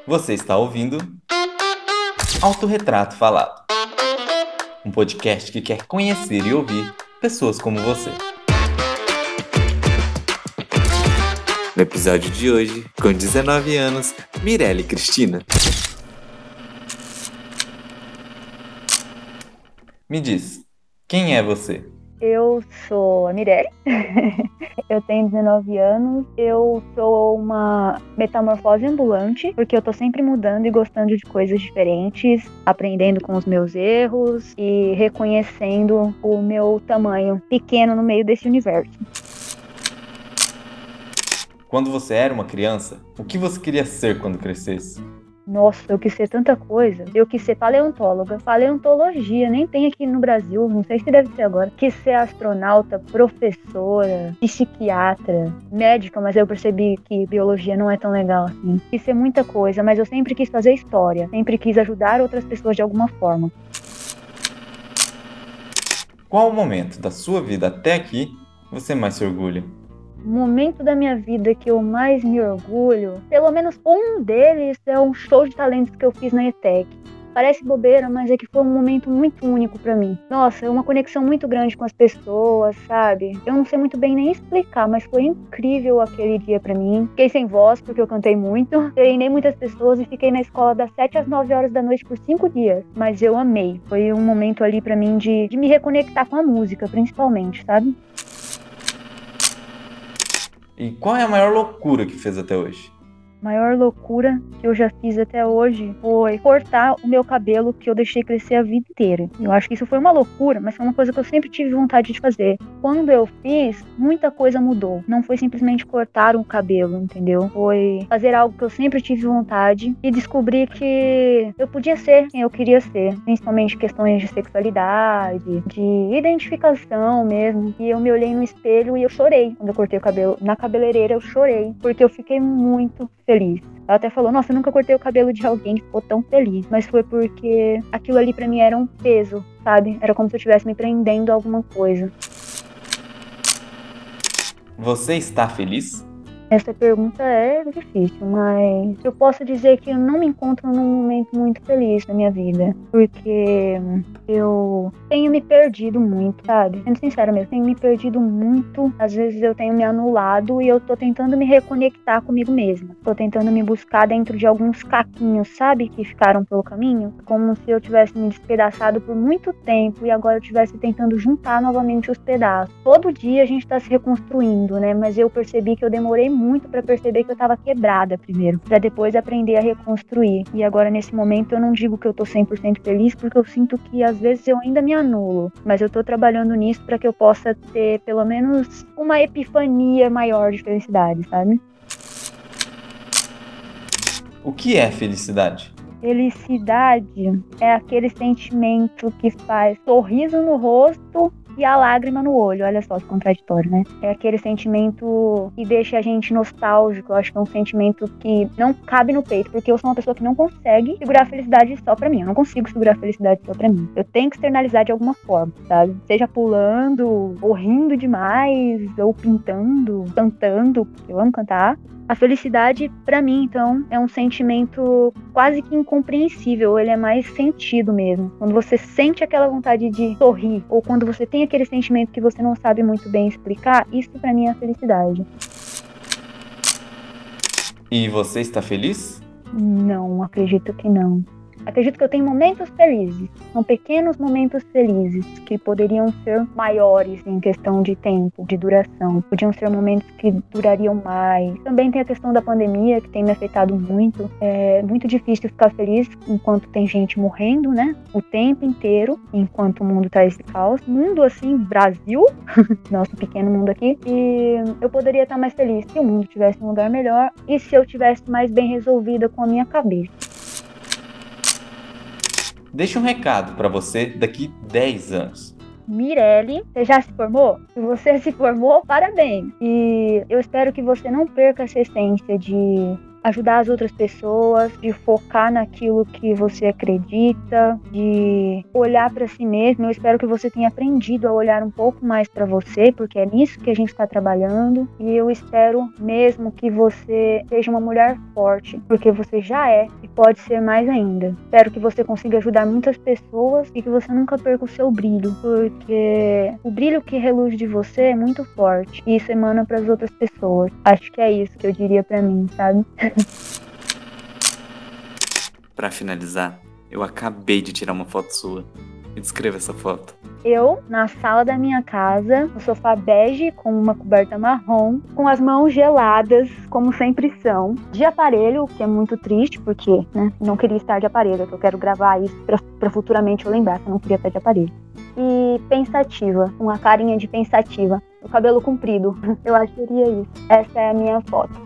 Você está ouvindo Autorretrato Falado, um podcast que quer conhecer e ouvir pessoas como você. No episódio de hoje, com 19 anos, Mirelle Cristina. Me diz, quem é você? Eu sou a Mirelle, eu tenho 19 anos, eu sou uma metamorfose ambulante, porque eu tô sempre mudando e gostando de coisas diferentes, aprendendo com os meus erros e reconhecendo o meu tamanho pequeno no meio desse universo. Quando você era uma criança, o que você queria ser quando crescesse? Nossa, eu quis ser tanta coisa. Eu quis ser paleontóloga. Paleontologia, nem tem aqui no Brasil, não sei se deve ter agora. Quis ser astronauta, professora, psiquiatra, médica, mas eu percebi que biologia não é tão legal assim. Quis ser muita coisa, mas eu sempre quis fazer história. Sempre quis ajudar outras pessoas de alguma forma. Qual o momento da sua vida até aqui você mais se orgulha? O momento da minha vida que eu mais me orgulho, pelo menos um deles é um show de talentos que eu fiz na ETEC. Parece bobeira, mas é que foi um momento muito único pra mim. Nossa, uma conexão muito grande com as pessoas, sabe? Eu não sei muito bem nem explicar, mas foi incrível aquele dia pra mim. Fiquei sem voz porque eu cantei muito, treinei muitas pessoas e fiquei na escola das 7 às 9 horas da noite por 5 dias. Mas eu amei. Foi um momento ali pra mim de me reconectar com a música, principalmente, sabe? E qual é a maior loucura que fez até hoje? Maior loucura que eu já fiz até hoje foi cortar o meu cabelo que eu deixei crescer a vida inteira. Eu acho que isso foi uma loucura, mas foi uma coisa que eu sempre tive vontade de fazer. Quando eu fiz, muita coisa mudou. Não foi simplesmente cortar o cabelo, entendeu? Foi fazer algo que eu sempre tive vontade e descobrir que eu podia ser quem eu queria ser. Principalmente questões de sexualidade, de identificação mesmo. E eu me olhei no espelho e eu chorei quando eu cortei o cabelo. Na cabeleireira eu chorei, porque eu fiquei muito feliz. Ela até falou, nossa, eu nunca cortei o cabelo de alguém que ficou tão feliz. Mas foi porque aquilo ali pra mim era um peso, sabe? Era como se eu estivesse me prendendo a alguma coisa. Você está feliz? Essa pergunta é difícil, mas eu posso dizer que eu não me encontro num momento muito feliz na minha vida, porque eu tenho me perdido muito, sabe? Sendo sincera mesmo, tenho me perdido muito. Às vezes eu tenho me anulado e eu tô tentando me reconectar comigo mesma. Tô tentando me buscar dentro de alguns caquinhos, sabe? Que ficaram pelo caminho. Como se eu tivesse me despedaçado por muito tempo e agora eu estivesse tentando juntar novamente os pedaços. Todo dia a gente tá se reconstruindo, né? Mas eu percebi que eu demorei muito pra perceber que eu tava quebrada primeiro, pra depois aprender a reconstruir. E agora nesse momento eu não digo que eu tô 100% feliz, porque eu sinto que às vezes eu ainda me anulo, mas eu tô trabalhando nisso pra que eu possa ter pelo menos uma epifania maior de felicidade, sabe? O que é felicidade? Felicidade é aquele sentimento que faz sorriso no rosto e a lágrima no olho. Olha só que contraditório, né? É aquele sentimento que deixa a gente nostálgico. Eu acho que é um sentimento que não cabe no peito, porque eu sou uma pessoa que não consegue segurar a felicidade só pra mim. Eu não consigo segurar a felicidade só pra mim. Eu tenho que externalizar de alguma forma, sabe? Seja pulando, ou rindo demais, ou pintando, cantando, porque eu amo cantar. A felicidade, pra mim, então, é um sentimento quase que incompreensível. Ele é mais sentido mesmo. Quando você sente aquela vontade de sorrir, ou quando você tem aquele sentimento que você não sabe muito bem explicar, isso pra mim é a felicidade. E você está feliz? Não, acredito que não. Acredito que eu tenho momentos felizes. São pequenos momentos felizes que poderiam ser maiores em questão de tempo, de duração. Podiam ser momentos que durariam mais. Também tem a questão da pandemia, que tem me afetado muito. É muito difícil ficar feliz enquanto tem gente morrendo, né? O tempo inteiro, enquanto o mundo tá esse caos. Mundo assim, Brasil, nosso pequeno mundo aqui. E eu poderia estar mais feliz se o mundo tivesse um lugar melhor e se eu tivesse mais bem resolvida com a minha cabeça. Deixe um recado para você daqui 10 anos. Mirelle, você já se formou? Se você se formou, parabéns! E eu espero que você não perca essa essência de ajudar as outras pessoas, de focar naquilo que você acredita, de olhar para si mesmo. Eu espero que você tenha aprendido a olhar um pouco mais para você, porque é nisso que a gente está trabalhando. E eu espero mesmo que você seja uma mulher forte, porque você já é e pode ser mais ainda. Espero que você consiga ajudar muitas pessoas e que você nunca perca o seu brilho, porque o brilho que reluz de você é muito forte e isso emana para as outras pessoas. Acho que é isso que eu diria para mim, sabe? Pra finalizar, eu acabei de tirar uma foto sua. Me descreva essa foto. Eu, na sala da minha casa, no sofá bege, com uma coberta marrom, com as mãos geladas, como sempre são, de aparelho, o que é muito triste, porque, né, não queria estar de aparelho, eu quero gravar isso pra futuramente eu lembrar que eu não queria estar de aparelho. E pensativa, uma carinha de pensativa, o cabelo comprido, eu acho que seria isso. Essa é a minha foto.